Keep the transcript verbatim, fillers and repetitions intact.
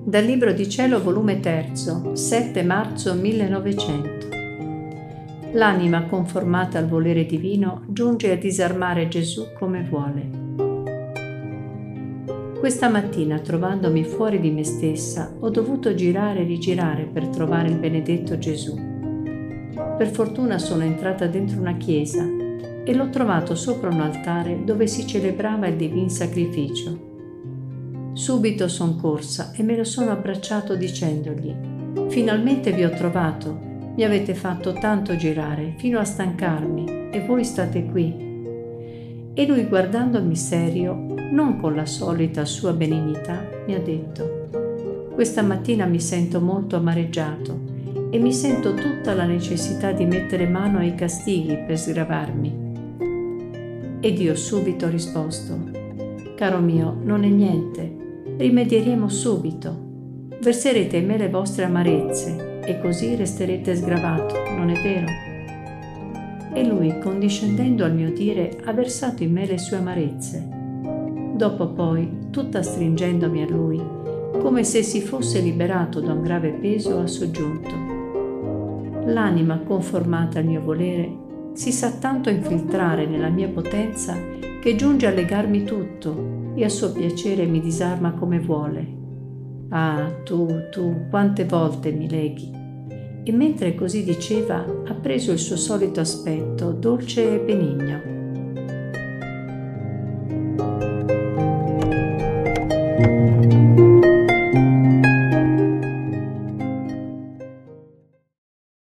Dal Libro di Cielo, volume tre, sette marzo millenovecento. L'anima conformata al volere divino giunge a disarmare Gesù come vuole. Questa mattina, trovandomi fuori di me stessa, ho dovuto girare e rigirare per trovare il benedetto Gesù. Per fortuna sono entrata dentro una chiesa e l'ho trovato sopra un altare dove si celebrava il divin sacrificio. Subito son corsa e me lo sono abbracciato dicendogli: «Finalmente vi ho trovato, mi avete fatto tanto girare fino a stancarmi e voi state qui». E lui, guardandomi serio, non con la solita sua benignità, mi ha detto: «Questa mattina mi sento molto amareggiato e mi sento tutta la necessità di mettere mano ai castighi per sgravarmi». Ed io subito ho risposto: «Caro mio, non è niente, rimedieremo subito. Verserete in me le vostre amarezze e così resterete sgravato, non è vero?» E lui, condiscendendo al mio dire, ha versato in me le sue amarezze. Dopo poi, tutta stringendomi a lui, come se si fosse liberato da un grave peso, ha soggiunto: «L'anima conformata al mio volere si sa tanto infiltrare nella mia potenza che giunge a legarmi tutto e a suo piacere mi disarma come vuole. Ah, tu, tu, quante volte mi leghi!» E mentre così diceva, ha preso il suo solito aspetto dolce e benigno.